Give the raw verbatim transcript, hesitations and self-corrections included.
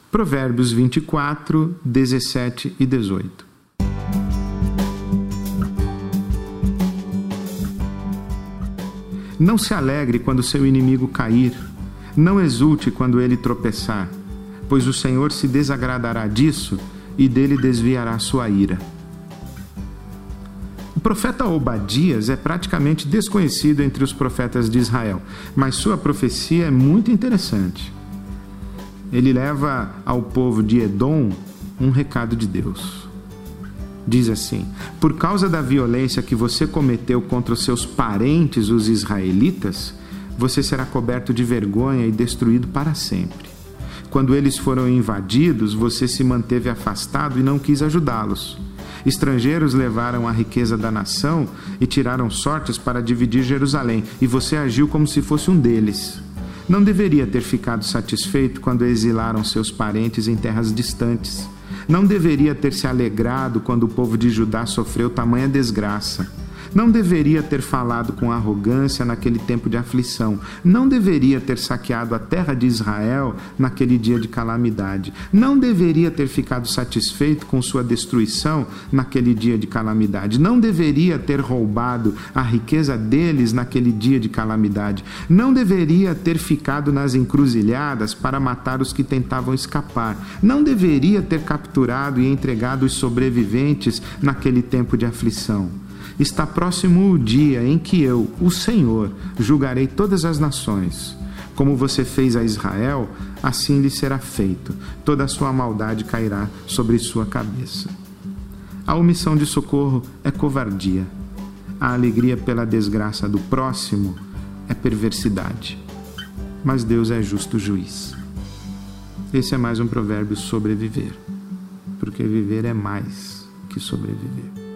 Provérbios vinte e quatro, dezessete e dezoito. Não se alegre quando seu inimigo cair, não exulte quando ele tropeçar, pois o Senhor se desagradará disso e dele desviará sua ira. O profeta Obadias é praticamente desconhecido entre os profetas de Israel, mas sua profecia é muito interessante. Ele leva ao povo de Edom um recado de Deus. Diz assim: por causa da violência que você cometeu contra os seus parentes, os israelitas, você será coberto de vergonha e destruído para sempre. Quando eles foram invadidos, você se manteve afastado e não quis ajudá-los. Estrangeiros levaram a riqueza da nação e tiraram sortes para dividir Jerusalém, e você agiu como se fosse um deles. Não deveria ter ficado satisfeito quando exilaram seus parentes em terras distantes. Não deveria ter se alegrado quando o povo de Judá sofreu tamanha desgraça. Não deveria ter falado com arrogância naquele tempo de aflição. Não deveria ter saqueado a terra de Israel naquele dia de calamidade. Não deveria ter ficado satisfeito com sua destruição naquele dia de calamidade. Não deveria ter roubado a riqueza deles naquele dia de calamidade. Não deveria ter ficado nas encruzilhadas para matar os que tentavam escapar. Não deveria ter capturado e entregado os sobreviventes naquele tempo de aflição. Está próximo o dia em que eu, o Senhor, julgarei todas as nações. Como você fez a Israel, assim lhe será feito. Toda a sua maldade cairá sobre sua cabeça. A omissão de socorro é covardia. A alegria pela desgraça do próximo é perversidade. Mas Deus é justo juiz. Esse é mais um provérbio sobre viver, porque viver é mais que sobreviver.